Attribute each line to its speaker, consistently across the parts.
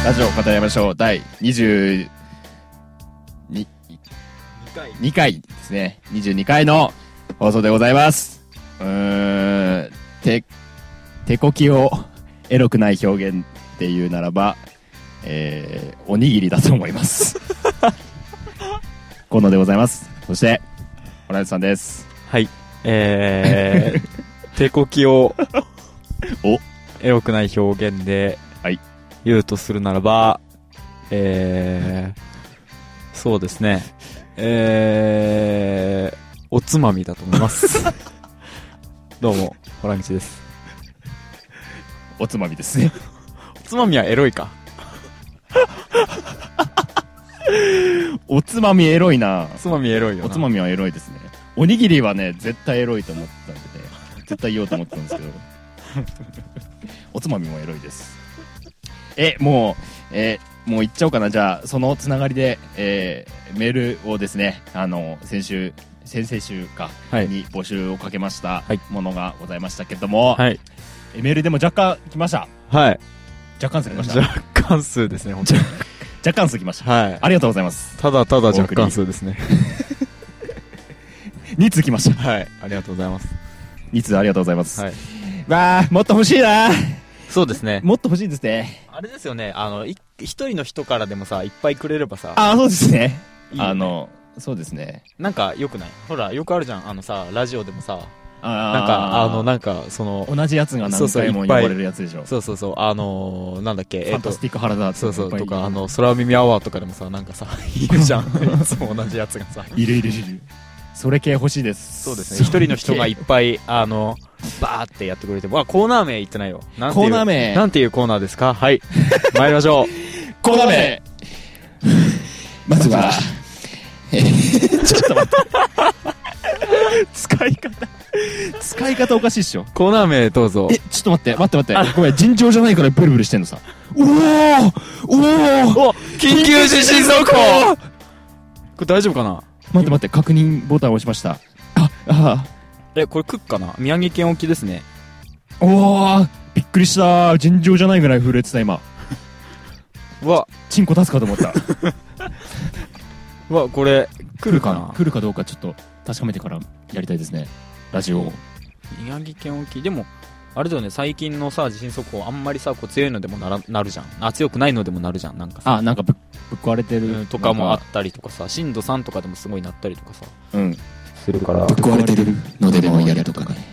Speaker 1: ラジオ語りましょう第22回ですね。22回の放送でございます。手こきをエロくない表現っていうならば、おにぎりだと思います河野でございます。そしてホライズさんです。
Speaker 2: はい、手こきをエロくない表現で言うとするならば、そうですね、おつまみだと思いますどうもホラミチです。
Speaker 1: おつまみですね。
Speaker 2: おつまみはエロいか
Speaker 1: おつまみエロいな。
Speaker 2: おつまみエロいよな。
Speaker 1: おつまみはエロいですね。おにぎりはね絶対エロいと思ったんでね、絶対言おうと思ったんですけどおつまみもエロいです。もう言っちゃおうかな。じゃあそのつながりで、メールをですね、先々週か、に募集をかけましたものがございましたけども、
Speaker 2: はい、
Speaker 1: メールでも若干来ました。
Speaker 2: はい、
Speaker 1: 若干数来ました。
Speaker 2: 若干数ですね、本当に
Speaker 1: 若干数来ました。
Speaker 2: はい、
Speaker 1: ありがとうございます。
Speaker 2: ただ若干数ですね
Speaker 1: 2通来ました。
Speaker 2: はい、ありがとうございます。
Speaker 1: 2通ありがとうございます。
Speaker 2: はい、
Speaker 1: わあ、もっと欲しいな。
Speaker 2: そうですね、
Speaker 1: もっと欲しいですね。
Speaker 2: あれですよね、一人の人からでもさ、いっぱいくれればさ、
Speaker 1: そうですね。
Speaker 2: いいよね。
Speaker 1: そうですね。
Speaker 2: なんかよくない？ほら、よくあるじゃん、さ、ラジオでもさ、
Speaker 1: なんか
Speaker 2: その
Speaker 1: 同じやつが何回も呼ばれるやつでしょ。
Speaker 2: そうなんだっけ、
Speaker 1: ファンタスティック原田
Speaker 2: そうとか、空耳アワーとかでもさ、なんかさいるじゃんいつも同じやつがさ
Speaker 1: いる。それ系欲しいです。
Speaker 2: そうですね、一人の人がいっぱいバーってやってくれても、コーナー名言ってないよ。
Speaker 1: コーナー名
Speaker 2: なんていうコーナーですか？はい参りましょう
Speaker 1: コーナー名まずはちょっと待って使い方おかしいっしょ。
Speaker 2: コーナー名どうぞ。
Speaker 1: ちょっと待ってごめん、尋常じゃないからブルブルしてんのさ。お
Speaker 2: 緊急地震速報これ大丈夫かな？
Speaker 1: 待って確認ボタン押しました。
Speaker 2: これクッかな？宮城県沖ですね。
Speaker 1: びっくりした。尋常じゃないぐらい震えてた今。チンコ出すかと思った
Speaker 2: これ来るかな？
Speaker 1: 来るかどうかちょっと確かめてからやりたいですね、ラジオを。
Speaker 2: 宮城県沖でもあれだよね、最近のさ地震速報あんまりさ、こう強いのでもなるじゃん。強くないのでもなるじゃん。なんかさ、
Speaker 1: なんかぶっ壊れてる
Speaker 2: とかもあったりとかさ、震度3とかでもすごいなったりとかさ、
Speaker 1: するから、ぶっ壊れてるのでもやるとかね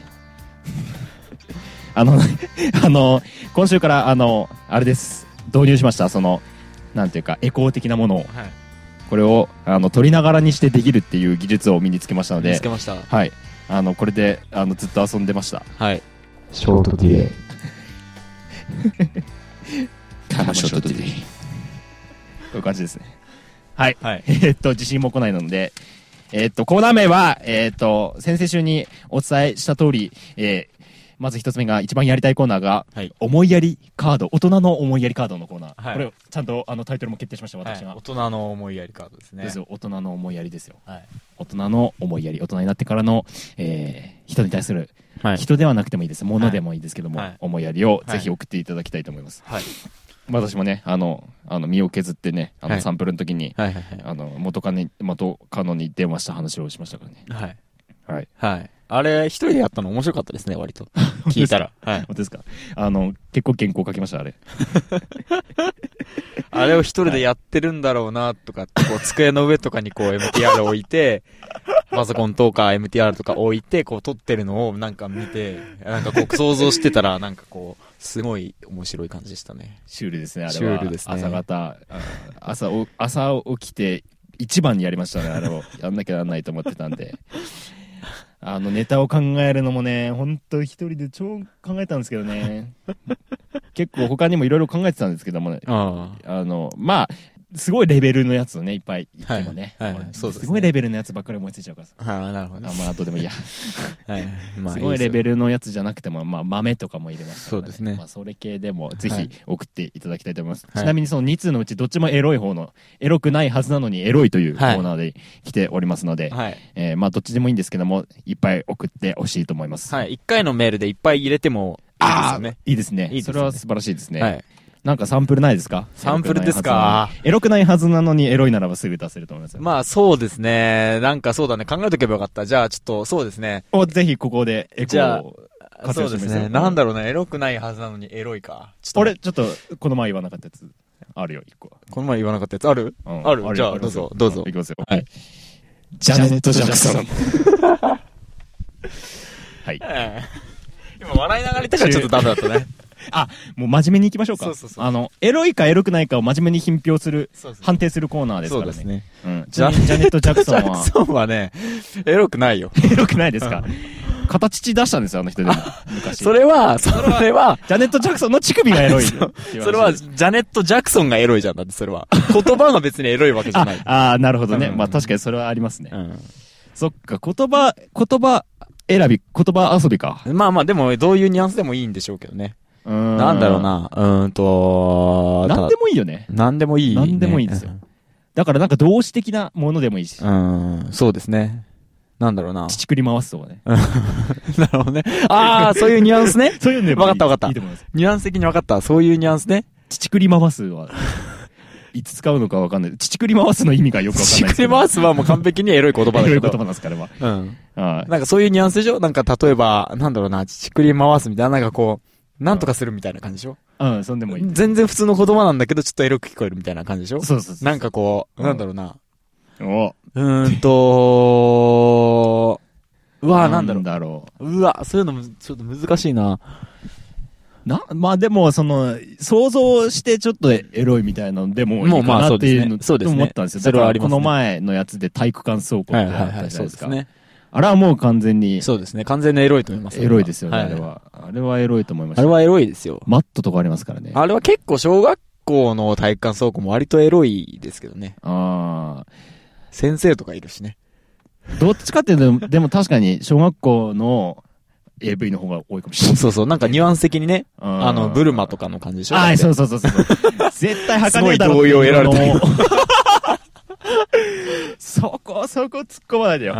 Speaker 1: 今週からあれです、導入しました。なんていうかエコー的なものを、これを撮りながらにしてできるっていう技術を身につけましたので、
Speaker 2: 身につけました。
Speaker 1: はい、これでずっと遊んでました。
Speaker 2: はい、
Speaker 1: ショートディレイカムショートディレイ、こういう感じですね。はい、自信も来ないので、コーナー名は先々週にお伝えした通り、まず一つ目が一番やりたいコーナーが、思いやりカード、大人の思いやりカードのコーナー、これをちゃんとタイトルも決定しました。私が、
Speaker 2: 大人の思いやりカードですね。
Speaker 1: 大人の思いやりですよ。大人の思いやり、大人になってからの、人に対する、人ではなくてもいいです、物でもいいですけども、思いやりをぜひ送っていただきたいと思います。私もね、身を削ってね、サンプルの時に元カノに電話した話をしましたからね。
Speaker 2: あれ一人でやったの面白かったですね、割と聞いたら。
Speaker 1: 本当ですか？結構原稿書きました、あれ
Speaker 2: あれを一人でやってるんだろうなとかって、こう机の上とかにこう MTR 置いてパソコンとか MTR とか置いてこう撮ってるのをなんか見て、なんかこう想像してたら、なんかこうすごい面白い感じでしたね。
Speaker 1: シュールですね、あれは。
Speaker 2: シュールですね。
Speaker 1: 朝方、朝起きて一番にやりましたね、あれをやんなきゃなんないと思ってたんでネタを考えるのもね、ほんと一人で超考えたんですけどね結構他にもいろいろ考えてたんですけどもね、まあすごいレベルのやつをねいっぱい言ってもね、すごいレベルのやつばっかり思いついちゃうからさ。
Speaker 2: なるほどね。
Speaker 1: あとでもいいやすごいレベルのやつじゃなくても、豆とかも入れましたからね。そうですね。それ系でもぜひ送っていただきたいと思います。ちなみにその2通のうちどっちもエロい方の、エロくないはずなのにエロいというコーナーで来ておりますので、どっちでもいいんですけども、いっぱい送ってほしいと思います。
Speaker 2: 1回のメールでいっぱい入れてもいいですよね。
Speaker 1: いいですね。それは素晴らしいですね。 なんかサンプルないですか？
Speaker 2: サンプルですか？
Speaker 1: エロくないはずなのにエロいならばすぐ出せると思いますよ。
Speaker 2: まあそうですね。なんかそうだね。考えとけばよかった。じゃあちょっと、そうですね。
Speaker 1: ぜひここでエコーを活
Speaker 2: そうですね。
Speaker 1: 用してみますよ。
Speaker 2: なんだろうね。エロくないはずなのにエロいか。
Speaker 1: 俺、ちょっと、この前言わなかったやつ、あるよ、一個。
Speaker 2: この前言わなかったやつある？ある？じゃあ、どうぞ、どうぞ。
Speaker 1: いきますよ。
Speaker 2: はい。
Speaker 1: ジャネット・ジャクソン。はい。
Speaker 2: 今笑いながら言ったからちょっとダメだったね。
Speaker 1: もう真面目に行きましょうか。
Speaker 2: そう
Speaker 1: エロいかエロくないかを真面目に品評する、判定するコーナーですからね。
Speaker 2: そうですね。
Speaker 1: ジャネット・ジャクソンは。
Speaker 2: ジャクソンはね、エロくないよ。
Speaker 1: エロくないですか？片乳出したんですよ、あの人でも。昔。
Speaker 2: それは、
Speaker 1: ジャネット・ジャクソンの乳首がエロい。そ
Speaker 2: れは、ジャネット・ジャクソンがエロいじゃんだって、それは。言葉が別にエロいわけじゃない。
Speaker 1: なるほどね。まあ確かにそれはありますね。そっか、言葉選び、言葉遊びか。
Speaker 2: まあまあ、でも、どういうニュアンスでもいいんでしょうけどね。なんだろうな。
Speaker 1: なんでもいいよね。
Speaker 2: なんでもいい。
Speaker 1: なんでもいいですよ。だからなんか動詞的なものでもいいし。
Speaker 2: そうですね。なんだろうな。
Speaker 1: 乳首回すとかね。
Speaker 2: なるほどね。そういうニュアンスね。
Speaker 1: そういうの
Speaker 2: わかったわかった。
Speaker 1: いいと思います。
Speaker 2: ニュアンス的にわかった。そういうニュアンスね。
Speaker 1: 乳首回すは、いつ使うのかわかんない。乳首回すの意味がよくわかんない。
Speaker 2: 乳首回すはもう完璧にエロい言葉だけど。
Speaker 1: エロい言葉なんですから、
Speaker 2: なんかそういうニュアンスでしょ？なんか例えば、なんだろうな、乳首回すみたいな、なんかこう、なんとかするみたいな感じでしょ？
Speaker 1: そんでもいい。
Speaker 2: 全然普通の言葉なんだけど、ちょっとエロく聞こえるみたいな感じでしょ？
Speaker 1: そう。
Speaker 2: なんかこう、なんだろうな。なんだろう。そういうのもちょっと難しいな。
Speaker 1: まあでも、想像してちょっとエロいみたいなのでもいいかなっていうの思ったんですよ。
Speaker 2: それはありますね。
Speaker 1: この前のやつで体育館倉庫ってあったじゃないですか。
Speaker 2: ね。
Speaker 1: あれはもう完全に。
Speaker 2: そうですね。完全にエロいと思います。
Speaker 1: エロいですよね、あれは。あれはエロいと思いました。
Speaker 2: あれはエロいですよ。
Speaker 1: マットとかありますからね。
Speaker 2: あれは結構小学校の体育館倉庫も割とエロいですけどね。先生とかいるしね。
Speaker 1: どっちかっていうと、でも確かに小学校の AV の方が多いかもしれない。
Speaker 2: そう。なんかニュアンス的にね。ブルマとかの感じでしょ？
Speaker 1: そう。絶対はかねえだろ。
Speaker 2: すごい同意を得られたよ。
Speaker 1: そこ突っ込まないでよ。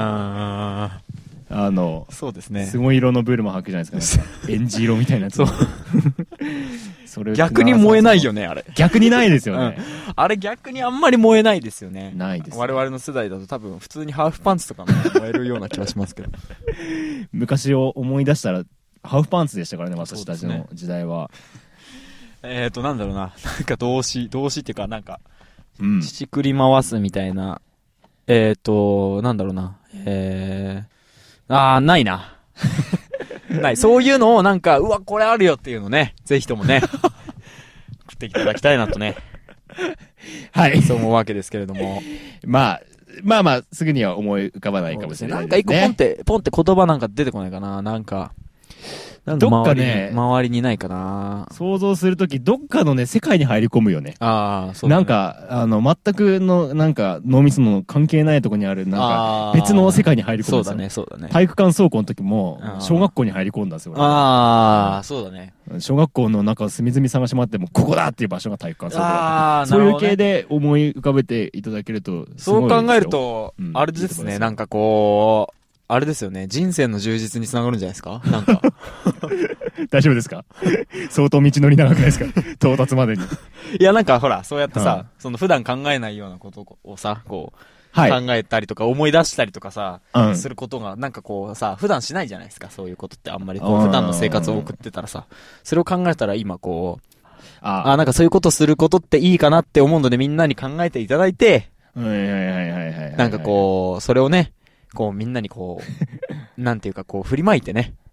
Speaker 2: そうですね。
Speaker 1: すごい色のブルマ履くじゃないですか。エンジ色みたいなやつ。
Speaker 2: それ逆に燃えないよね、あれ。
Speaker 1: 逆にないですよね。
Speaker 2: あれ逆にあんまり燃えないですよね。
Speaker 1: ないです。
Speaker 2: 我々の世代だと多分普通にハーフパンツとかも燃えるような気がしますけど。
Speaker 1: 昔を思い出したら、ハーフパンツでしたからね、私たちの時代は。
Speaker 2: なんだろうな。なんか動詞っていうか、なんか、乳首回すみたいな。なんだろうな。ないな。ない。そういうのをなんか、これあるよっていうのね、ぜひともね、送っていただきたいなとね。
Speaker 1: はい。
Speaker 2: そう思うわけですけれども。
Speaker 1: まあ、すぐには思い浮かばないかもしれないですね。
Speaker 2: なんか一個ポンって言葉なんか出てこないかな。なんか
Speaker 1: どっかね、
Speaker 2: 周りにないかな。
Speaker 1: 想像するとき、どっかのね、世界に入り込むよね。
Speaker 2: そうだね。
Speaker 1: なんか、全くの、なんか、脳みその関係ないとこにある、なんか、別の世界に入り込むんですよ。
Speaker 2: そうだね。
Speaker 1: 体育館倉庫の時も、小学校に入り込んだんですよ。
Speaker 2: そうだね。
Speaker 1: 小学校の中を隅々探し回っても、ここだっていう場所が体育館倉庫だった。そういう系で思い浮かべていただけると、
Speaker 2: そう考えると、あれですね、なんかこう、あれですよね。人生の充実につながるんじゃないですか？なんか。
Speaker 1: 大丈夫ですか？相当道のり長くないですか？到達までに。
Speaker 2: いや、なんかほら、そうやってさ、普段考えないようなことをさ、こう、考えたりとか思い出したりとかさ、することが、なんかこうさ、普段しないじゃないですか。そういうことってあんまりこう、普段の生活を送ってたらさ、それを考えたら今こう、なんかそういうことすることっていいかなって思うのでみんなに考えていただいて、なんかこう、それをね、こうみんなにこう、なんていうかこう振りまいてね。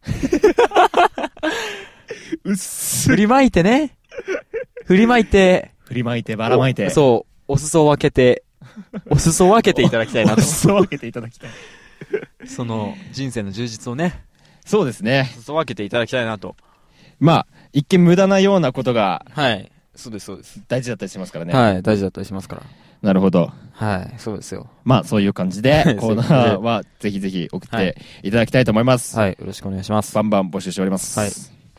Speaker 2: 振りまいてね。振りまいて、
Speaker 1: ばらまいて。
Speaker 2: そう、お裾を分けていただきたいなと。
Speaker 1: お裾を分けていただきたい。
Speaker 2: その、人生の充実をね。
Speaker 1: そうですね。
Speaker 2: お裾分けていただきたいなと。
Speaker 1: まあ、一見無駄なようなことが。
Speaker 2: はい。そうです。
Speaker 1: 大事だったりしますからね。
Speaker 2: はい、大事だったりしますから。
Speaker 1: なるほど。
Speaker 2: はい、そうですよ。
Speaker 1: まあ、そういう感じで、コーナーはぜひぜひ送っていただきたいと思います。
Speaker 2: はい、よろしくお願いします。
Speaker 1: バンバン募集しております。
Speaker 2: はい。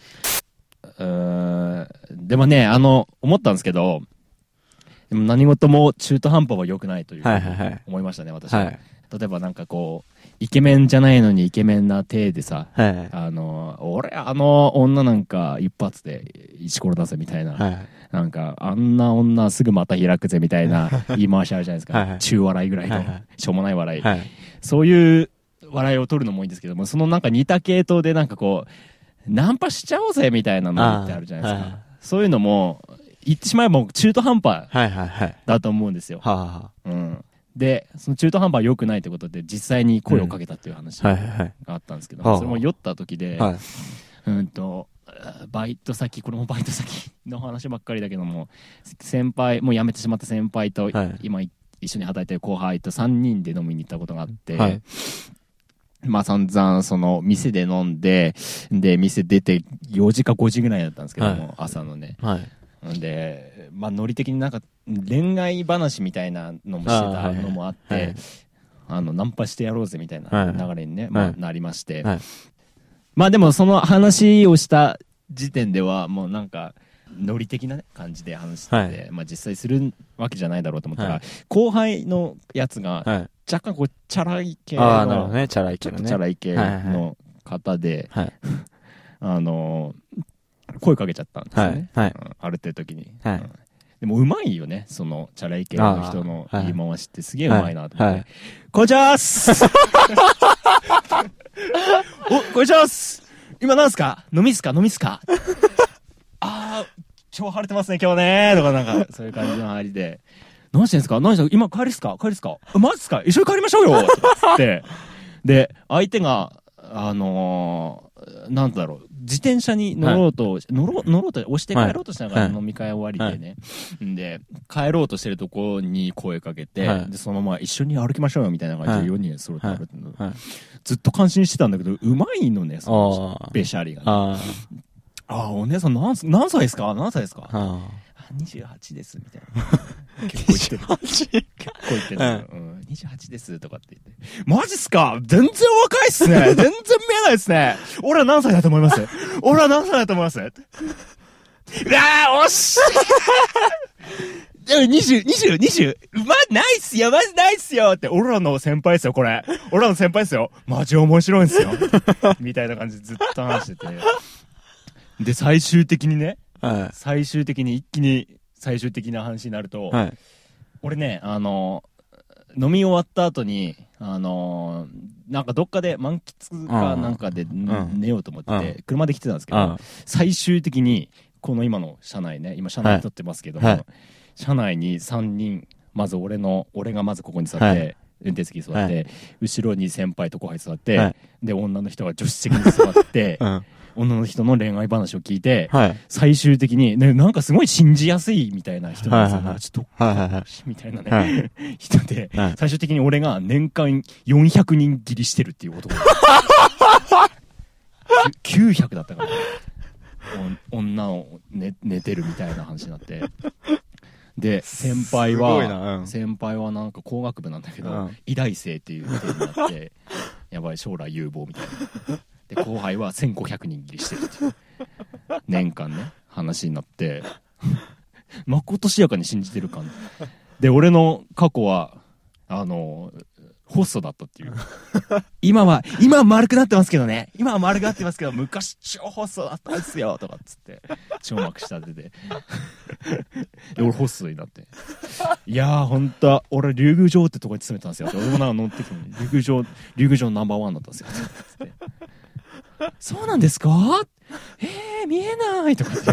Speaker 1: でもね、思ったんですけど、でも何事も中途半端は良くないという、思いましたね、私は。 例えばなんかこうイケメンじゃないのにイケメンな体でさ、
Speaker 2: はいはい。
Speaker 1: 俺女なんか一発で石ころ出せみたいな、
Speaker 2: はい。
Speaker 1: なんかあんな女すぐまた開くぜみたいな言い回しあるじゃないですか、
Speaker 2: はいはい
Speaker 1: 中笑いぐらいの、
Speaker 2: はいはい
Speaker 1: しょうもない笑い、
Speaker 2: はい。
Speaker 1: そういう笑いを取るのもいいんですけども、そのなんか似た系統でなんかこうナンパしちゃおうぜみたいなのってあるじゃないですか、
Speaker 2: はいはい
Speaker 1: そういうのも言ってしまえば中途半端
Speaker 2: はいはいはい。
Speaker 1: だと思うんですよ、
Speaker 2: はあは
Speaker 1: でその中途半端は良くないってことで実際に声をかけたっていう話
Speaker 2: あ。
Speaker 1: が
Speaker 2: はいはいはい。
Speaker 1: あったんですけど、
Speaker 2: はあ
Speaker 1: それも酔った時で、
Speaker 2: はい。
Speaker 1: バイト先、これもバイト先の話ばっかりだけども、先輩、もう辞めてしまった先輩と、
Speaker 2: はい
Speaker 1: 今一緒に働いてる後輩と3人で飲みに行ったことがあって、
Speaker 2: はい。
Speaker 1: まあ散々その店で飲んで、で、店出て4時か5時ぐらいだったんですけども、
Speaker 2: はい
Speaker 1: 朝のね。
Speaker 2: はい。
Speaker 1: で、まあノリ的になんか恋愛話みたいなのもしてたのもあって、
Speaker 2: はいはい
Speaker 1: ナンパしてやろうぜみたいな流れにね、
Speaker 2: はい
Speaker 1: まあなりまして、
Speaker 2: はい。
Speaker 1: まあでもその話をした時点ではもうなんかノリ的な、ね、感じで話してて、
Speaker 2: はい
Speaker 1: まあ実際するわけじゃないだろうと思ったら、
Speaker 2: はい
Speaker 1: 後輩のやつが
Speaker 2: はい。
Speaker 1: 若干こうチャラい系
Speaker 2: ああ、なるほど
Speaker 1: の、
Speaker 2: ね。チャラい
Speaker 1: ちょっと
Speaker 2: けどね。
Speaker 1: チャラい系の方で、
Speaker 2: はい。
Speaker 1: 声かけちゃったんですよ
Speaker 2: はい
Speaker 1: ね、。
Speaker 2: はい。
Speaker 1: 歩ってる時に、
Speaker 2: はい
Speaker 1: でもうまいよね、そのチャラい系の人の
Speaker 2: あーはい
Speaker 1: 言い回しってすげえうまいなと思って、
Speaker 2: はいはい
Speaker 1: こんにちはーすお、こんにちはーす今なんすか飲みっすかあー、超晴れてますね、今日ねーとかなんか、そういう感じの入りで、何してんすか今帰りっすかマジっすか一緒に帰りましょうよとかつって、で、相手が、なんだろう、自転車に乗ろうと、乗ろうと、押して帰ろうとしながら
Speaker 2: はい
Speaker 1: 飲み会終わりでね、で、帰ろうとしてるとこに声かけて、
Speaker 2: はい
Speaker 1: で、そのまま一緒に歩きましょうよみたいな感じで4人揃って歩いてるの、
Speaker 2: はい。
Speaker 1: ずっと感心してたんだけど、うまいのね、その
Speaker 2: あー
Speaker 1: べしゃりが、ね。
Speaker 2: あ
Speaker 1: お姉さん何歳ですか
Speaker 2: あ。
Speaker 1: 28です、みたいな。結構言ってる。結構言ってる。28です、とかって言って。マジっすか全然若いっすね全然見えないっすね俺は何歳だと思いますうわー、おっしゃでも20、ないっすよマジないっすよって、俺らの先輩っすよ、これ。俺らの先輩っすよ。マジ面白いんすよ。みたいな感じでずっと話してて。で、最終的にね、
Speaker 2: はい。
Speaker 1: 一気に最終的な話になると、
Speaker 2: はい。
Speaker 1: 俺ね、飲み終わった後に、なんかどっかで満喫かなんかで寝ようと思って、車で来てたんですけど、最終的に、この今の車内ね、今車内撮ってますけども、
Speaker 2: はい
Speaker 1: 車内に3人、まず俺がまずここに座って、
Speaker 2: はい
Speaker 1: 運転席に座って、
Speaker 2: はい
Speaker 1: 後ろに先輩と後輩座って、
Speaker 2: はい
Speaker 1: で、女の人が助手席に座って、
Speaker 2: うん。
Speaker 1: 女の人の恋愛話を聞いて、
Speaker 2: はい。
Speaker 1: 最終的に、ね、なんかすごい信じやすいみたいな人なんですよ、
Speaker 2: はいはいはい
Speaker 1: ちょっと、
Speaker 2: はいはいはい
Speaker 1: みたいなね、
Speaker 2: はい
Speaker 1: 人で、
Speaker 2: はい
Speaker 1: 最終的に俺が年間400人切りしてるっていう男。900だったから、ね、女を寝てるみたいな話になって。で、先輩
Speaker 2: すごいなうん
Speaker 1: はなんか工学部なんだけど、
Speaker 2: うん
Speaker 1: 医大生っていう手になって、やばい将来有望みたいな。で、後輩は1500人切りしてるっていう。年間ね、話になって、まことしやかに信じてる感。で、俺の過去は、ホストだったっていう。今は丸くなってますけどね。昔超ホストだったんですよ、とかっつって、超まくしたてで。で、俺ホストになって。いやー、ほんと、俺、竜宮城ってとこに勤めたんですよ。俺もなんか乗ってきて、竜宮城ナンバーワンだったんですよ。つってそうなんですか見えないとかって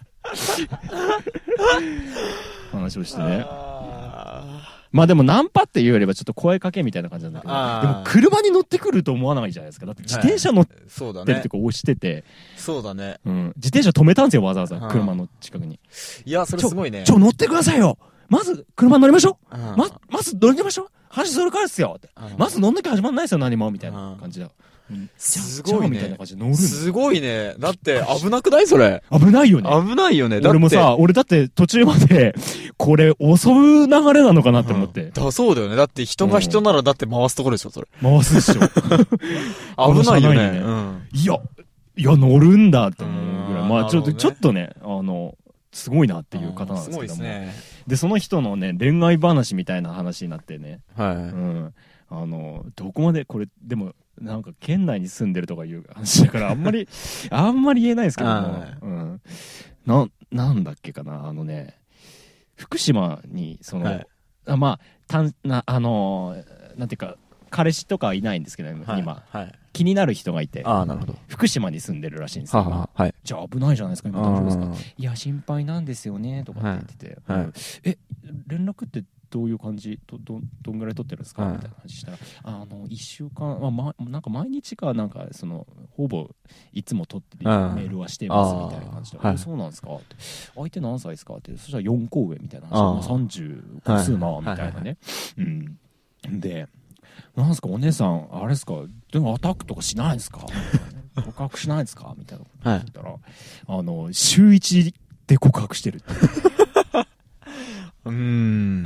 Speaker 1: 話をしてね。まあでもナンパっていうよりはちょっと声かけみたいな感じなんだけど、でも車に乗ってくると思わないじゃないですか。だって自転車乗って
Speaker 2: そうだね
Speaker 1: ると。か押してて、
Speaker 2: そうだね。
Speaker 1: 自転車止めたんですよ、わざわざ車の近くに。
Speaker 2: いや、それすごいね。
Speaker 1: 乗ってくださいよまず車乗りましょう
Speaker 2: うん
Speaker 1: まず乗りましょう話それからですよって
Speaker 2: うん
Speaker 1: まず乗んなきゃ始まんないですよ、何もみたいな感じだ。
Speaker 2: すごいね
Speaker 1: みたいな感じで乗るの。
Speaker 2: すごいね。だって危なくないそれ。
Speaker 1: 危ないよね。
Speaker 2: 危ないよね。だって
Speaker 1: 俺もさ、俺だって途中まで、これ襲う流れなのかなって思って。
Speaker 2: そうだよね。だって人が人ならだって回すところでしょ、それ。
Speaker 1: 回すでしょ。
Speaker 2: 危ないよね。
Speaker 1: 車内に
Speaker 2: うん。
Speaker 1: いや、乗るんだって思うぐらい。まあちょっと、
Speaker 2: なるほどね
Speaker 1: ちょっとね、すごいなっていう方なんですけども。
Speaker 2: すごいですね。
Speaker 1: で、その人のね、恋愛話みたいな話になってね。
Speaker 2: はい。
Speaker 1: どこまでこれでもなんか県内に住んでるとかいう話だからあんまり言えないですけども、なんだっけかな、福島にまあなんていうか彼氏とかはいないんですけど、今、気になる人がいて、
Speaker 2: なるほど。
Speaker 1: 福島に住んでるらしいんですよ。じゃあ危ないじゃないですか、今大丈夫ですか。いや心配なんですよねとかって言ってて、連絡ってどういう感じ、どんぐらい取ってるんですかみたいな話したら、1週間、なんか毎日かなんかほぼいつも取ってメールはしてますみたいな感じで、そうなんですかって、相手何歳ですかって、そしたら4個上みたいな話、30個数なみたいなね。で、なんですかお姉さんあれですか、でもアタックとかしないんですか告白しないんですかみたいなこと言ったら、週1で告白してるって
Speaker 2: 変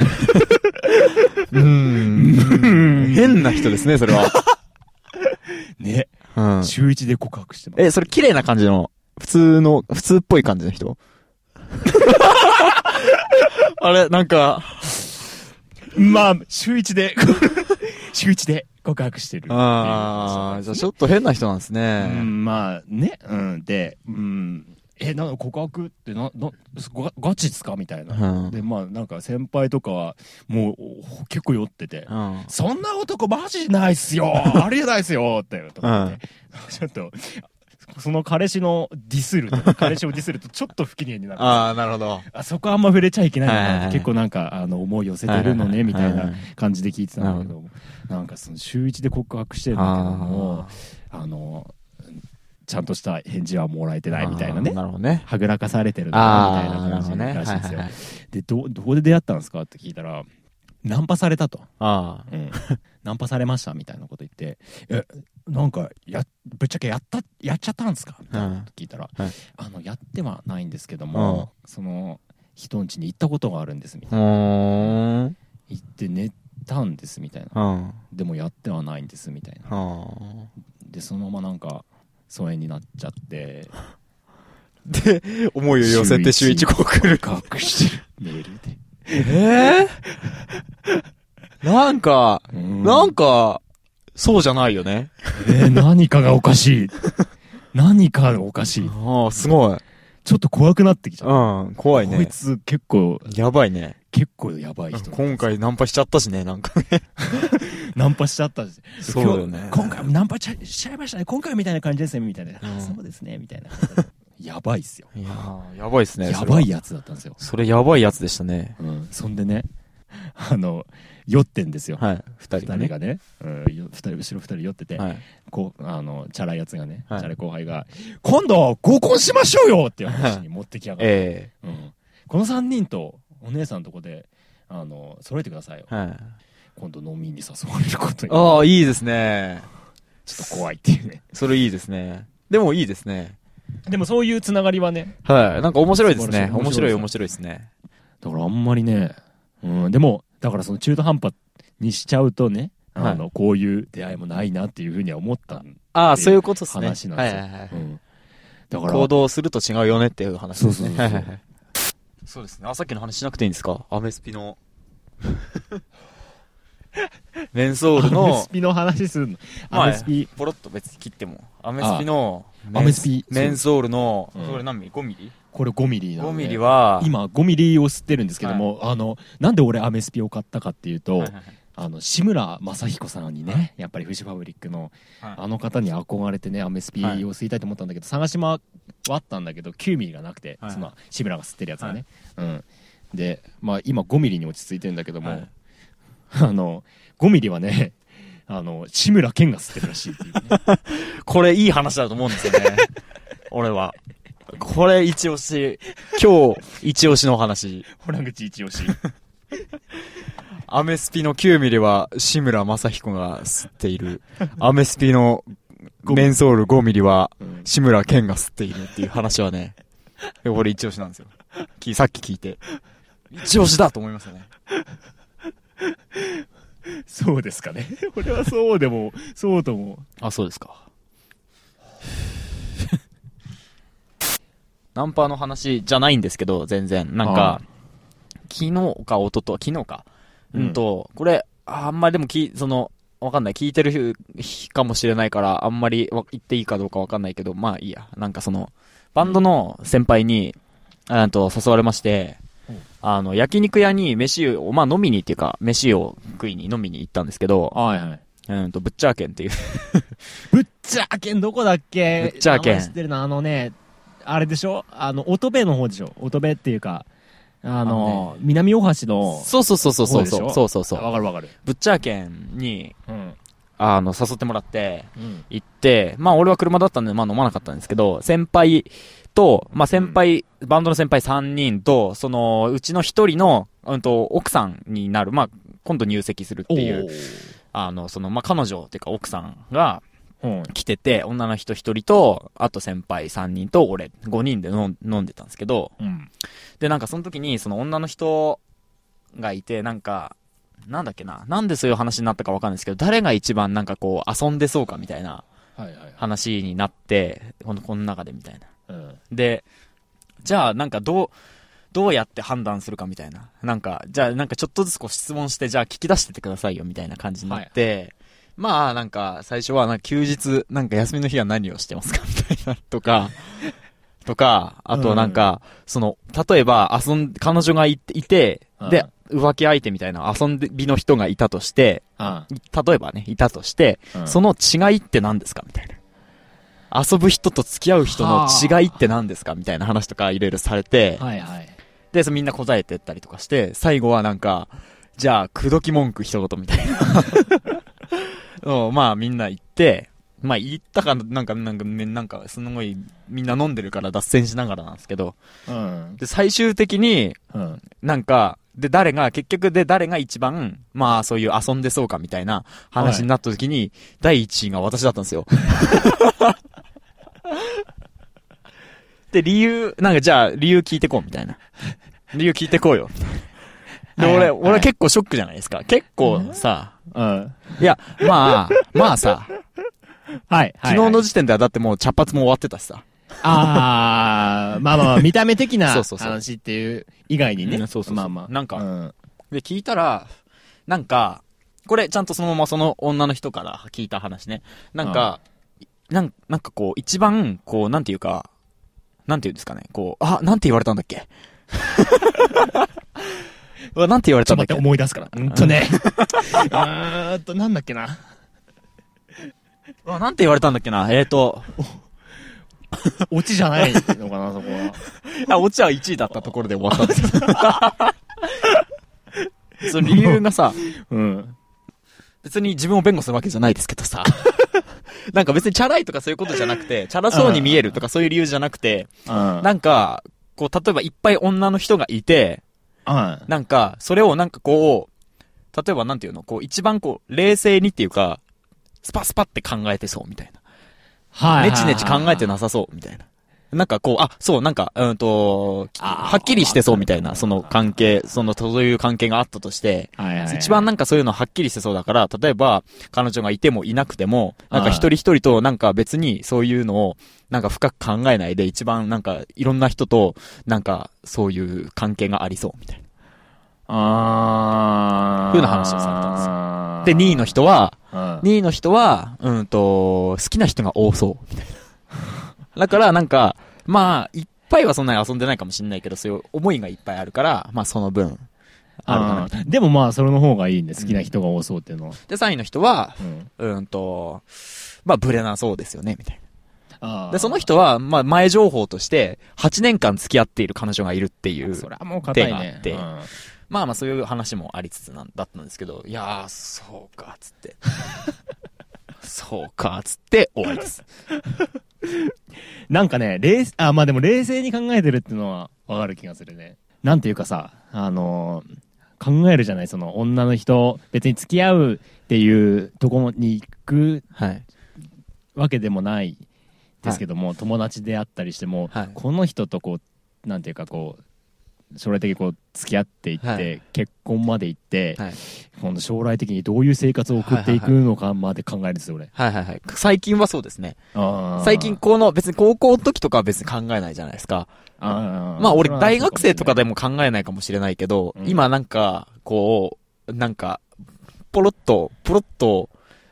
Speaker 2: な人ですね、それは。
Speaker 1: ね、週1で告白してます。
Speaker 2: それ綺麗な感じの、普通っぽい感じの人あれ、なんか、
Speaker 1: まあ、週1で告白してるっていう。
Speaker 2: じゃあちょっと変な人なんですね。
Speaker 1: まあね、で、告白ってガチですかみたいな。で、まあなんか先輩とかはもう結構酔ってて、そんな男マジないっすよありえないっすよってとかって、ちょっと、その彼氏をディスるとちょっと不機嫌になる。
Speaker 2: なるほど。
Speaker 1: そこあんま触れちゃいけないなって、結構なんか思い寄せてるのねみたいな感じで聞いてたんだけど、なんかその週1で告白してるんだけども、ちゃんとした返事はもらえてないみたいなね。
Speaker 2: なるほどね。
Speaker 1: はぐらかされてるなみたいな感じらしいんですよ。で、どこで出会ったんですかって聞いたら、ナンパされたと。ナンパされましたみたいなこと言って、なんかぶっちゃけやっちゃったんですかみたいなこと聞いたら、やってはないんですけども、その人ん家に行ったことがあるんですみたいな。行って寝たんですみたいな。でもやってはないんですみたいな。でそのままなんか疎遠になっちゃって
Speaker 2: で思いを寄せて週1告
Speaker 1: 白してるメール
Speaker 2: でなんかそうじゃないよね。
Speaker 1: 何かがおかしい何かがおかしい。
Speaker 2: すごい。
Speaker 1: ちょっと怖くなってきちゃう。
Speaker 2: 怖いね。
Speaker 1: こいつ結構
Speaker 2: やばいね。
Speaker 1: 結構やばい人。
Speaker 2: 今回ナンパしちゃったしね、なんかね。
Speaker 1: ナンパしちゃったんです。
Speaker 2: そうだよね。
Speaker 1: 今回ナンパしちゃいましたね。今回みたいな感じですねみたいな。そうですねみたいな。やばいっすよ。
Speaker 2: いややばいっすね。
Speaker 1: やばいやつだったんですよ。
Speaker 2: それやばいやつでしたね。
Speaker 1: そんでね、酔ってんですよ。
Speaker 2: 二人
Speaker 1: がね、後ろ二人酔ってて、チャラいやつがね、チャラい後輩が、今度合コンしましょうよっていう話に持ってきやがって、この3人とお姉さんのとこで、揃えてくださいよ。今度飲みに誘われることに。
Speaker 2: いいですね。
Speaker 1: ちょっと怖いっていうね。
Speaker 2: それいいですね。でもいいですね。
Speaker 1: でもそういうつながりはね。
Speaker 2: なんか面白いですね。面白いですね。
Speaker 1: だからあんまりね、でも、だからその中途半端にしちゃうとね、こういう出会いもないなっていうふうには思った
Speaker 2: そういうことですね。
Speaker 1: 話なんですよ。
Speaker 2: だから行動すると違うよねっていう話ですね。そうですね。さっきの話しなくていいんですか？アメスピのメンソールの
Speaker 1: アメスピの話するの。アメスピ
Speaker 2: ポロッと別に切ってもアメスピの
Speaker 1: アメスピ
Speaker 2: メンソールのこれ何ミリ？5ミリ？
Speaker 1: これ5ミリなので、
Speaker 2: 5ミリは
Speaker 1: 今5ミリを吸ってるんですけども、なんで俺アメスピを買ったかっていうと、志村正彦さんにね、やっぱりフジファブリックの方に憧れてね、アメスピを吸いたいと思ったんだけど、探し回ったんだけど9ミリがなくて、その志村が吸ってるやつがね、で、まあ今5ミリに落ち着いてるんだけども、5ミリはね、志村けんが吸ってるらしいっていうね。
Speaker 2: これいい話だと思うんですよね。俺は。これ一押し。今日一押しの話。
Speaker 1: ホラ口一押し。
Speaker 2: アメスピの9ミリは志村正彦が吸っている。アメスピのメンソール5ミリは志村けんが吸っているっていう話はね。これ一押しなんですよ。さっき聞いて。一押しだと思いますよね。
Speaker 1: そうですかね。俺はそうでも、そうとも。
Speaker 2: そうですか。ナンパの話じゃないんですけど、全然。なんか、昨日か、これ、あんまりでもわかんない。聞いてる日かもしれないから、あんまり言っていいかどうかわかんないけど、まあいいや。なんかその、バンドの先輩に、誘われまして、焼肉屋に飯を、まあ飲みにっていうか、飯を食いに飲みに行ったんですけど、
Speaker 1: はいはい。
Speaker 2: ブッチャーケンっていう。
Speaker 1: ブッチャーケンどこだっけ？
Speaker 2: ブッチャーケン
Speaker 1: 名前知ってるな、あれでしょ？乙部の方でしょ？乙部っていうか、南大橋の。
Speaker 2: そう。
Speaker 1: わかるわかる。
Speaker 2: ブッチャーケンに、
Speaker 1: うん。
Speaker 2: 誘ってもらって、行って、まあ俺は車だったんで、まあ飲まなかったんですけど、先輩と、まあバンドの先輩3人と、その、うちの1人の、奥さんになる、まあ、今度入籍するっていう、まあ彼女っていうか奥さんが、来てて、女の人1人と、あと先輩3人と俺、5人で飲んでたんですけど、で、なんかその時に、その女の人がいて、なんか、なんだっけな、なんでそういう話になったかわかんないですけど、誰が一番なんかこう遊んでそうかみたいな話になって、この中でみたいな。で、じゃあなんかどうやって判断するかみたいな。なんか、じゃあなんかちょっとずつこう質問して、じゃあ聞き出しててくださいよみたいな感じになって、まあなんか最初はなんか休日、なんか休みの日は何をしてますかみたいなとか、あとなんか、その、例えば彼女がいて、で、浮気相手みたいな遊びの人がいたとして、例えばね、いたとして、その違いって何ですかみたいな。遊ぶ人と付き合う人の違いって何ですかみたいな話とかいろいろされて、で、みんな答えてったりとかして、最後はなんか、じゃあ、口説き文句一言みたいな。まあみんな言って、まあ言ったかなんかすごいみんな飲んでるから脱線しながらなんですけど、で最終的に、なんか誰が一番まあそういう遊んでそうかみたいな話になった時に、第1位が私だったんですよ。で理由聞いてこうみたいな。理由聞いてこうよ。で俺結構ショックじゃないですか。結構さ、いやまあさ。昨日の時点ではだってもう茶髪も終わってたしさ。
Speaker 1: まあ、見た目的な話っていう以外にね。
Speaker 2: まあ。なんか、で、聞いたら、なんか、これちゃんとそのままその女の人から聞いた話ね。なんかこう、一番、こう、なんていうんですかね。こう、なんて言われたんだっけなんて言われたんだっけ。
Speaker 1: ちょっと待って、思い出すから。なんだっけな。
Speaker 2: なんて言われたんだっけな。
Speaker 1: オチじゃないのかな、そこは。
Speaker 2: オチは1位だったところで終わったんですけど。その理由がさ、別に自分を弁護するわけじゃないですけどさ。なんか別にチャラいとかそういうことじゃなくて、チャラそうに見えるとかそういう理由じゃなくて、なんか、こう、例えばいっぱい女の人がいて、なんか、それをなんかこう、例えばなんていうの、こう、一番こう、冷静にっていうか、スパスパって考えてそうみたいな。ネチネチ考えてなさそうみたいな。なんかこう、そう、なんか、はっきりしてそうみたいな、その関係、そういう関係があったとして、一番なんかそういうのはっきりしてそうだから、例えば、彼女がいてもいなくても、なんか一人一人となんか別にそういうのを、なんか深く考えないで、一番なんかいろんな人と、なんかそういう関係がありそうみたいな。ふうな話をされたんですよ。で、2位の人は、好きな人が多そうみたいな。だからなんか、まあ、いっぱいはそんなに遊んでないかもしれないけど、そういう思いがいっぱいあるから、まあその分、あるかなみたいな。
Speaker 1: でもまあ、それの方がいいね。好きな人が多そうっていうのは。
Speaker 2: で、3位の人は、まあ、ブレなそうですよね、みたいな。で、その人は、まあ、前情報として、8年間付き合っている彼女がいるっていう、
Speaker 1: それはもう硬いね。
Speaker 2: って、まあそういう話もありつつだったんですけど、いやー、そうか、つって。そうか、つって終わりです。
Speaker 1: なんかね、まあでも冷静に考えてるっていうのはわかる気がするね。なんていうかさ、考えるじゃない、その女の人、別に付き合うっていうところに行く、わけでもないですけども、友達であったりしても、この人とこう、なんていうかこう、将来的にこう付き合っていって、結婚まで行って、今度将来的にどういう生活を送っていくのかまで考えるんですよ、俺。
Speaker 2: 最近はそうですね。最近別に高校の時とかは別に考えないじゃないですか。まあ俺大学生とかでも考えないかもしれないけど、今なんか、こう、なんか、ポロッと、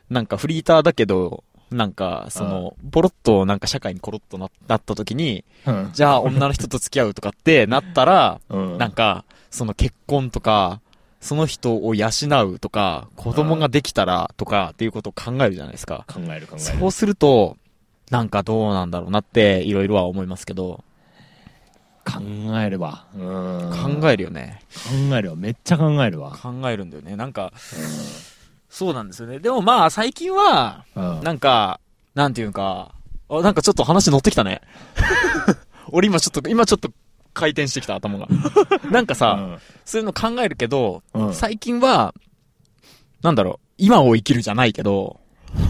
Speaker 2: なんかフリーターだけど、なんか、ポロッとなんか社会にコロッとなった時に、じゃあ女の人と付き合うとかってなったら、なんか、結婚とか、その人を養うとか、子供ができたらとかっていうことを考えるじゃないですか。
Speaker 1: 考える。
Speaker 2: そうすると、なんかどうなんだろうなっていろいろは思いますけど。
Speaker 1: 考えるわ。
Speaker 2: 考えるよね。
Speaker 1: 考えるわ。めっちゃ考えるわ。
Speaker 2: 考えるんだよね。なんか、そうなんですよね。でもまあ最近は、なんか、なんていうか、なんかちょっと話乗ってきたね。俺今ちょっと回転してきた頭が。なんかさ、そういうの考えるけど、最近は、なんだろう、今を生きるじゃないけど、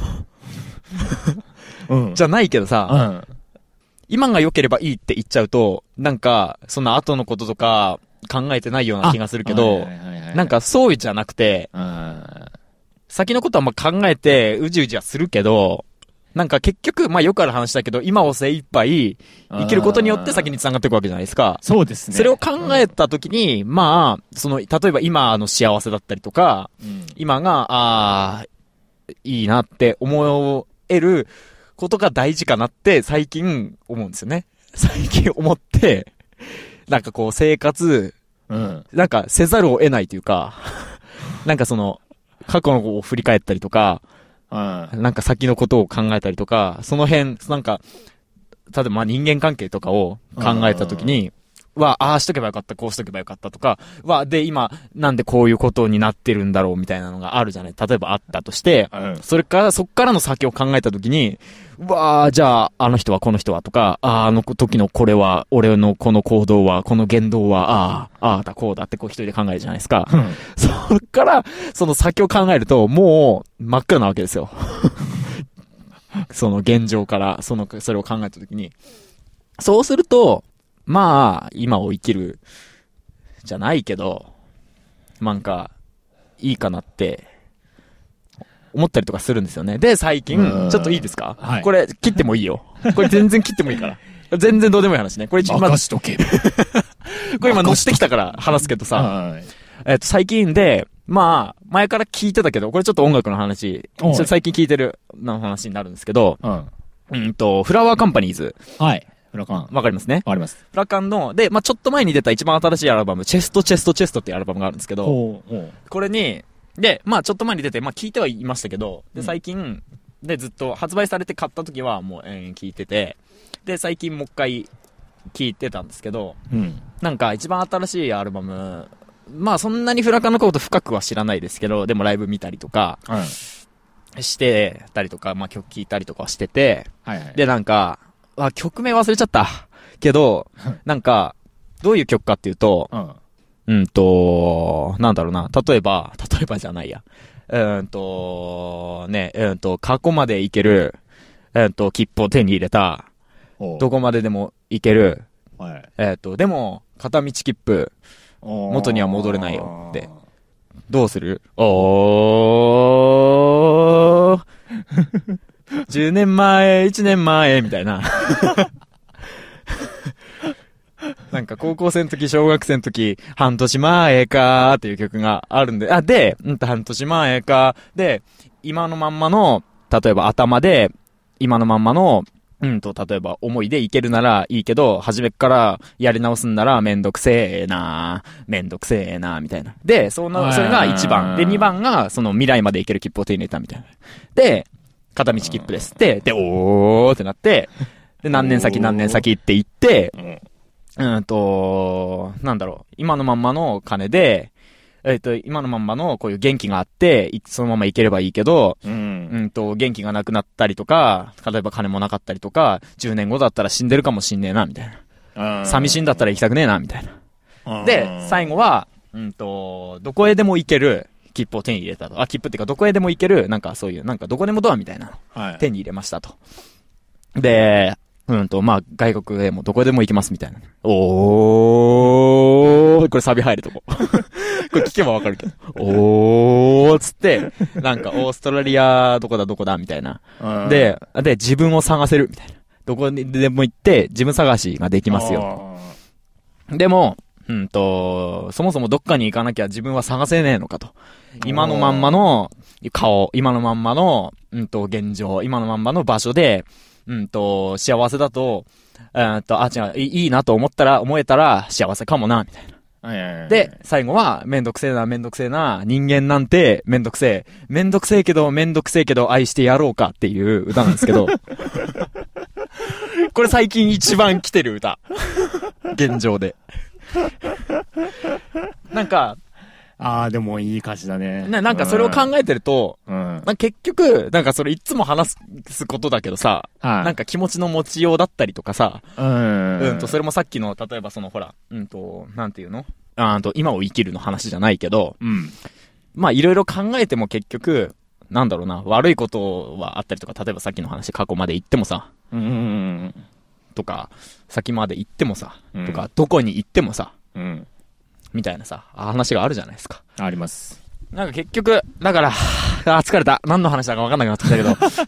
Speaker 2: じゃないけどさ、今が良ければいいって言っちゃうと、なんか、その後のこととか考えてないような気がするけど、なんかそうじゃなくて、先のことはまあ考えてうじうじはするけど、なんか結局、まあよくある話だけど、今を精一杯生きることによって先に繋がっていくわけじゃないですか。
Speaker 1: そうですね。
Speaker 2: それを考えたときに、まあ、例えば今の幸せだったりとか、今が、いいなって思えることが大事かなって最近思うんですよね。最近思って、なんかこう生活、なんかせざるを得ないというか、なんか過去のを振り返ったりとか、なんか先のことを考えたりとか、その辺、なんか、例えばまあ人間関係とかを考えたときに、ああしとけばよかった、こうしとけばよかったとか、で今、なんでこういうことになってるんだろうみたいなのがあるじゃない。例えばあったとして、そっからの先を考えたときに、じゃあ、あの人はこの人はとか、あの時のこれは、俺のこの行動は、この言動は、こうだってこう一人で考えるじゃないですか。そっから、その先を考えると、もう、真っ暗なわけですよ。その現状から、それを考えたときに。そうすると、まあ、今を生きる、じゃないけど、なんか、いいかなって、思ったりとかするんですよね。で、最近、ちょっといいですか？これ、切ってもいいよ。これ全然切ってもいいから。全然どうでもいい話ね。これ
Speaker 1: 任しとけ。
Speaker 2: これ今乗ってきたから話すけどさ、最近で、まあ、前から聞いてたけど、これちょっと音楽の話、最近聞いてるの話になるんですけど、フラワーカンパニーズ。
Speaker 1: はい。フラカン。
Speaker 2: わかりますね。
Speaker 1: わかります。
Speaker 2: フラカンの、で、まあちょっと前に出た一番新しいアルバム、チェストっていうアルバムがあるんですけど、これに、で、まあちょっと前に出て、まあ聞いてはいましたけど、で、最近、で、ずっと発売されて買った時はもう聞いてて、で、最近もう一回聞いてたんですけど、なんか一番新しいアルバム、まあそんなにフラカンのこと深くは知らないですけど、でもライブ見たりとか、してたりとか、まあ曲聴いたりとかしてて、で、なんか、曲名忘れちゃった。けど、なんか、どういう曲かっていうと、なんだろうな。例えばじゃないや。過去まで行ける、切符を手に入れた、どこまででも行ける、でも、片道切符、元には戻れないよって。どうする10年前、1年前、みたいな。なんか高校生の時、小学生の時、半年前かーっていう曲があるんで、半年前かで、今のまんまの、例えば頭で、今のまんまの、例えば思いでいけるならいいけど、初めからやり直すんならめんどくせえな、みたいな。で、それが1番。で、2番が、その未来まで行ける切符を手に入れたみたいな。で、片道切符ですって、で、おーってなって、で、何年先って言って、なんだろう、今のまんまの金で、今のまんまのこういう元気があって、そのままいければいいけど、元気がなくなったりとか、例えば金もなかったりとか、10年後だったら死んでるかもしんねえな、みたいな。寂しいんだったら行きたくねえな、みたいな。で、最後は、どこへでも行ける切符を手に入れたと。切符っていうかどこへでも行ける、なんかそういう、なんかどこでもドアみたいなの、手に入れましたと。で、まあ、外国へもどこでも行けますみたいな。これサビ入るとこ。これ聞けばわかるけど。つって、なんかオーストラリアどこだみたいな。で、自分を探せるみたいな。どこにでも行って自分探しができますよ。でも、 そもそもどっかに行かなきゃ自分は探せねえのかと。今のまんまの顔、今のまんまの、現状、今のまんまの場所で、幸せだと、違う、いいなと思えたら幸せかもな、みたいな。で、最後は、めんどくせえな、人間なんてめんどくせえけど愛してやろうかっていう歌なんですけど、これ最近一番来てる歌。現状で。なんか、
Speaker 1: でもいい歌詞だね。
Speaker 2: なんかそれを考えてると、結局、なんかそれいつも話すことだけどさ、なんか気持ちの持ちようだったりとかさ、それもさっきの、例えばそのほら、なんていうの？今を生きるの話じゃないけど、まあいろいろ考えても結局、なんだろうな、悪いことはあったりとか、例えばさっきの話過去まで行ってもさ、とか、先まで行ってもさ、とか、どこに行ってもさ、みたいなさ、話があるじゃないですか。
Speaker 1: あります。
Speaker 2: なんか結局、だから、疲れた。何の話だか分かんなくなってきたけ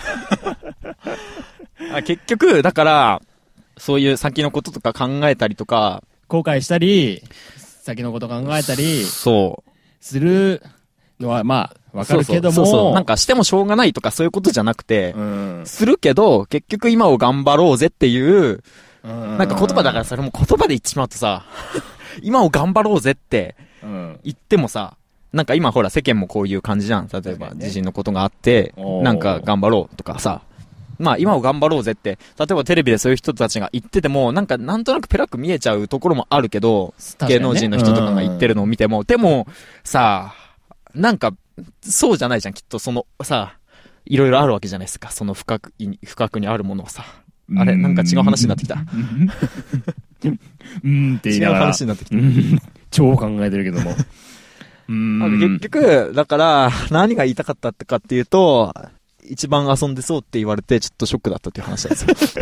Speaker 2: ど。結局、だから、そういう先のこととか考えたりとか、
Speaker 1: 後悔したり、先のこと考えたり、するのは、まあ、わかるけども、
Speaker 2: なんかしてもしょうがないとかそういうことじゃなくて、するけど、結局今を頑張ろうぜっていう、なんか言葉だからそれも言葉で言ってしまうとさ、今を頑張ろうぜって言ってもさ、なんか今ほら世間もこういう感じじゃん。例えば地震のことがあって、なんか頑張ろうとかさ、まあ今を頑張ろうぜって、例えばテレビでそういう人たちが言ってても、なんかなんとなくペラく見えちゃうところもあるけど、芸能人の人とかが言ってるのを見ても、でもさ、なんかそうじゃないじゃん、きっとそのさ、いろいろあるわけじゃないですか、その深くにあるものはさ。あれなんか違う話になってきた。
Speaker 1: って言いながら。
Speaker 2: 違う話になってきた。
Speaker 1: 超考えてるけども。
Speaker 2: 結局、だから、何が言いたかったかっていうと、一番遊んでそうって言われて、ちょっとショックだったっていう話なんですよ。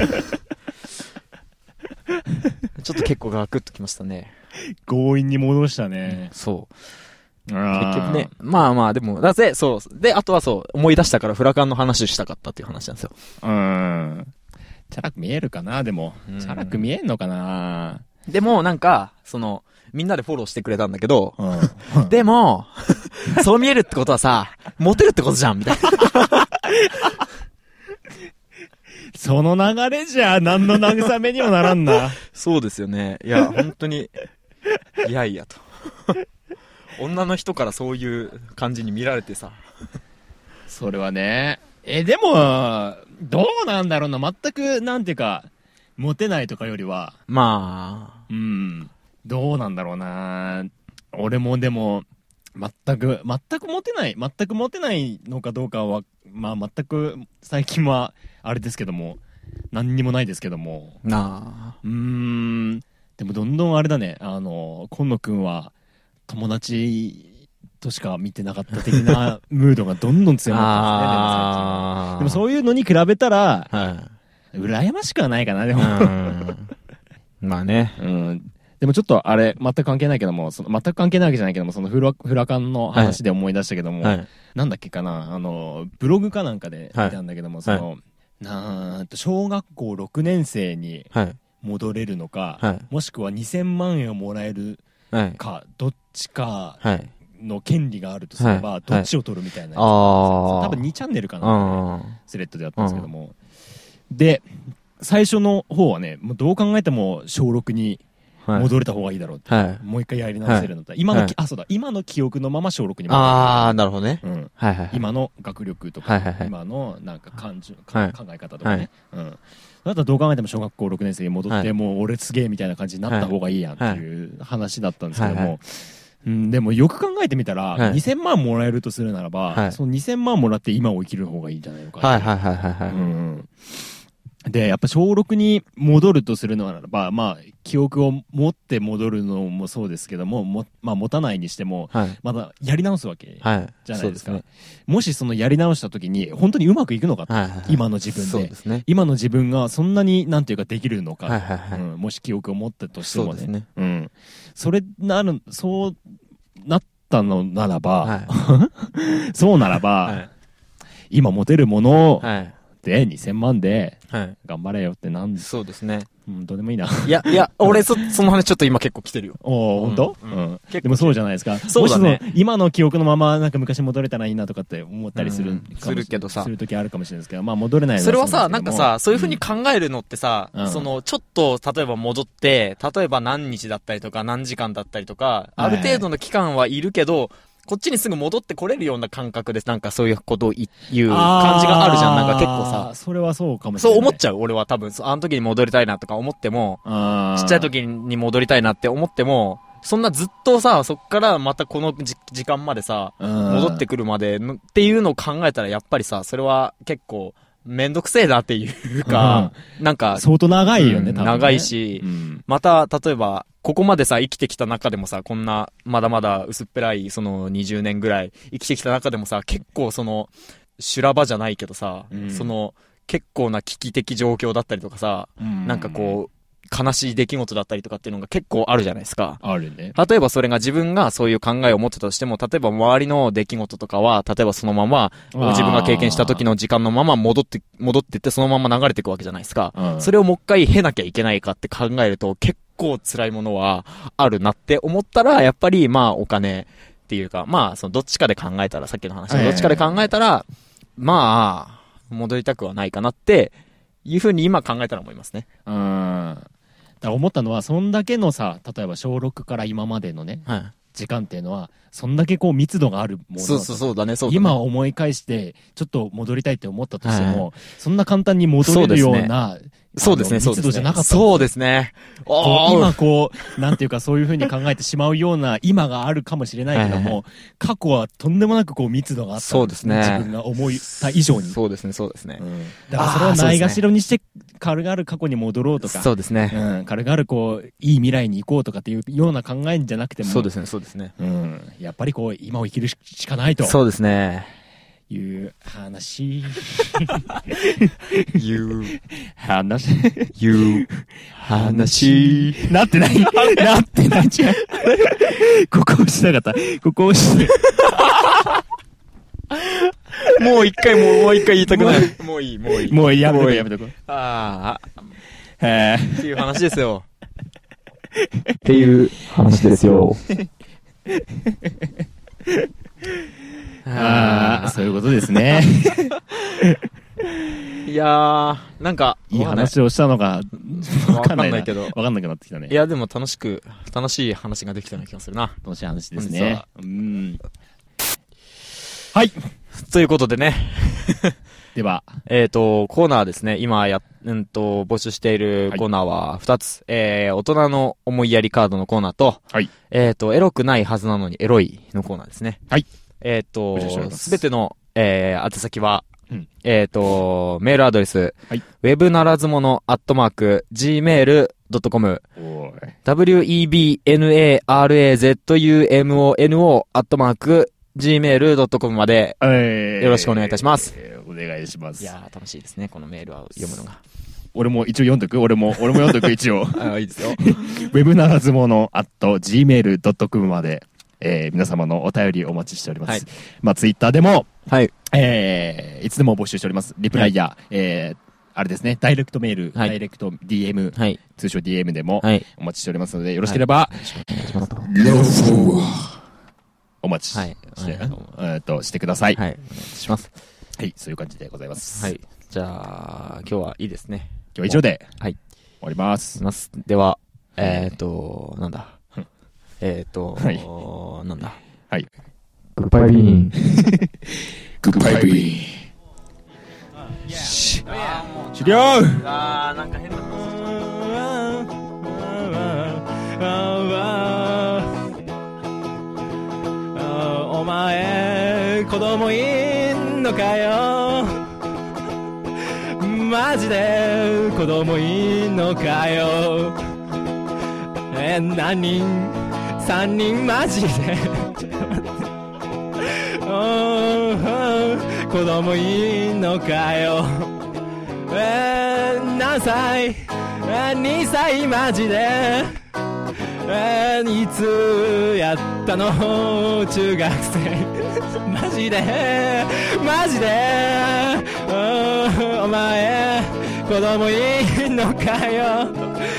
Speaker 2: ちょっと結構ガクッときましたね。
Speaker 1: 強引に戻したね。
Speaker 2: そう。結局ね。まあまあ、でも、そう。で、あとはそう、思い出したからフラカンの話したかったっていう話なんですよ。
Speaker 1: チャラく見えるかなでも。チャラく見えんのかな
Speaker 2: でも、なんか、みんなでフォローしてくれたんだけど、でも、そう見えるってことはさ、モテるってことじゃんみたいな。
Speaker 1: その流れじゃ、何の慰めにもならんな。
Speaker 2: そうですよね。いや、本当に、いやいやと。女の人からそういう感じに見られてさ。
Speaker 1: それはね。でも、どうなんだろうな。全く、なんていうか、モテないとかよりは。
Speaker 2: まあ。
Speaker 1: どうなんだろうな。俺もでも、全くモテないのかどうかは、まあ全く、最近は、あれですけども、何にもないですけども。でもどんどんあれだね、今野くんは、友達としか見てなかった的なムードがどんどん強まってますね。でもそういうのに比べたら、羨ましくはないかな、でも。
Speaker 2: まあね。
Speaker 1: でもちょっとあれ、全く関係ないけども、全く関係ないわけじゃないけども、そのフラカンの話で思い出したけども、なんだっけかな、ブログかなんかで見たんだけども、小学校6年生に戻れるのか、もしくは2000万円をもらえるか、どっちかの権利があるとすれば、どっちを取るみたいな。多分2チャンネルかな、スレッドでやったんですけども。で、最初の方はね、もうどう考えても小6に戻れた方がいいだろうって。もう一回やり直せるのだ。今の記憶のまま小6に戻
Speaker 2: れる。なるほどね。
Speaker 1: 今の学力とか、今のなんか考え方とかね。だったらどう考えても小学校6年生に戻って、もう俺すげえみたいな感じになった方がいいやんっていう話だったんですけども、でもよく考えてみたら、2000万もらえるとするならば、その2000万もらって今を生きる方がいいんじゃないのか。で、やっぱ小6に戻るとするのならば、まあ、記憶を持って戻るのもそうですけども、まあ、持たないにしても、まだやり直すわけじゃないですか。もしそのやり直した時に、本当にうまくいくのかと。今の自分で。今の自分がそんなになんていうかできるのか。もし記憶を持ったとしてもね。そうなったのならば、そうならば、今持てるものを、で2000万で頑張れよって
Speaker 2: そうですね。
Speaker 1: どうでもいいな。
Speaker 2: いや、俺その話ちょっと今結構来てるよ。
Speaker 1: おー、ほんと？でもそうじゃないですか。
Speaker 2: そうだね。
Speaker 1: もし今の記憶のまま、なんか昔戻れたらいいなとかって思ったりする
Speaker 2: けどさ。
Speaker 1: する時あるかもしれないですけど、まあ戻れないのは
Speaker 2: それはさ、なんかさ、そういう風に考えるのってさ、
Speaker 1: ち
Speaker 2: ょっと、例えば戻って、例えば何日だったりとか、何時間だったりとか、ある程度の期間はいるけど、こっちにすぐ戻ってこれるような感覚で、なんかそういうことを言う感じがあるじゃん。なんか結構さ。
Speaker 1: それはそうかもしれない。
Speaker 2: そう思っちゃう。俺は多分、あの時に戻りたいなとか思っても、ちっちゃい時に戻りたいなって思っても、そんなずっとさ、そっからまたこの時間までさ、戻ってくるまでのっていうのを考えたら、やっぱりさ、それは結構、めんどくせえなっていうか、なんか、
Speaker 1: 相当長いよね、多分ね。
Speaker 2: 長いし、また、例えば、ここまでさ、生きてきた中でもさ、こんな、まだまだ薄っぺらい、その20年ぐらい生きてきた中でもさ、結構その、修羅場じゃないけどさ、その、結構な危機的状況だったりとかさ、なんかこう、悲しい出来事だったりとかっていうのが結構あるじゃないですか。
Speaker 1: あるね。
Speaker 2: 例えばそれが自分がそういう考えを持ってたとしても、例えば周りの出来事とかは、例えばそのまま、自分が経験した時の時間のまま戻ってってそのまま流れていくわけじゃないですか。それをもう一回経なきゃいけないかって考えると、結構辛いものはあるなって思ったら、やっぱりまあお金っていうか、まあそのどっちかで考えたら、さっきの話のどっちかで考えたら、まあ、戻りたくはないかなっていうふうに今考えたら思いますね。
Speaker 1: だから思ったのは、そんだけのさ、例えば小6から今までのね、時間っていうのは、そんだけこう密度があるもの。
Speaker 2: そうだね。
Speaker 1: 今思い返して、ちょっと戻りたいって思ったとしても、そんな簡単に戻れるような、
Speaker 2: そうですね。
Speaker 1: 密度じゃなかった。
Speaker 2: そうですね。
Speaker 1: 今こう、なんていうかそういう風に考えてしまうような今があるかもしれないけども、過去はとんでもなくこう密度があった。
Speaker 2: そうですね。
Speaker 1: 自分が思った以上に。
Speaker 2: そうですね。
Speaker 1: だからそれをないがしろにして、軽々過去に戻ろうとか。
Speaker 2: そうですね。
Speaker 1: 軽々こう、いい未来に行こうとかっていうような考えじゃなくても。
Speaker 2: そうですね。
Speaker 1: やっぱりこう、今を生きるしかないと。
Speaker 2: そうですね。
Speaker 1: いう話。なってない。違う。ここ押したかった。
Speaker 2: もう一回言いたくない。もういい。
Speaker 1: もうやめとこ。
Speaker 2: っていう話ですよ。
Speaker 3: っていう話ですよ。
Speaker 1: そういうことですね。
Speaker 2: いやー、なんか、
Speaker 1: いい話をしたのか、わかんないけど。わかんなくなってきたね。
Speaker 2: いや、でも楽しい話ができたような気がするな。
Speaker 1: 楽しい話ですね。はい。
Speaker 2: ということでね。
Speaker 1: では。
Speaker 2: コーナーですね。今募集しているコーナーは2つ。大人の思いやりカードのコーナーと、
Speaker 1: はい。
Speaker 2: エロくないはずなのにエロいのコーナーですね。
Speaker 1: はい。
Speaker 2: すべての、宛先は、メールアドレス、web ならずもの@gmail.com webnarazumono@gmail.com まで、よろしくお願いいたします。
Speaker 1: お願いします。
Speaker 2: いやー、楽しいですね、このメールは読むのが。
Speaker 1: 俺も一応読んどく俺も読んどく一応。
Speaker 2: いいですよ。
Speaker 1: web ならずもの@gmail.com まで、皆様のお便りお待ちしております。まあ、ツイッターでも、
Speaker 2: はい。
Speaker 1: いつでも募集しております。リプライや、あれですね、ダイレクトメール、ダイレクト DM、通称 DM でもお待ちしておりますので、よろしければ、お待ちして、してください。
Speaker 2: はい。お願いします。
Speaker 1: はい、そういう感じでございます。
Speaker 2: はい。じゃあ、今日はいいですね。
Speaker 1: 今日は以上で、
Speaker 2: はい。
Speaker 1: 終わります。
Speaker 2: では、なんだ。なんだ。
Speaker 1: はい。
Speaker 3: グッバイビーン。
Speaker 1: グッバイビーン。終了。
Speaker 2: なんか変な話
Speaker 4: お前、子供いんのかよ。マジで子供いんのかよ。何人3人マジで子供いんのかよ。何歳2歳マジでいつやったの中学生マジでお前子供いんのかよ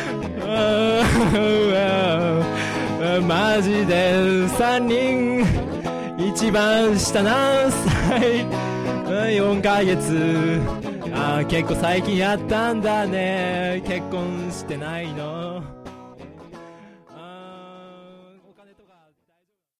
Speaker 4: マジで3人一番下何歳4ヶ月結構最近やったんだね結婚してないの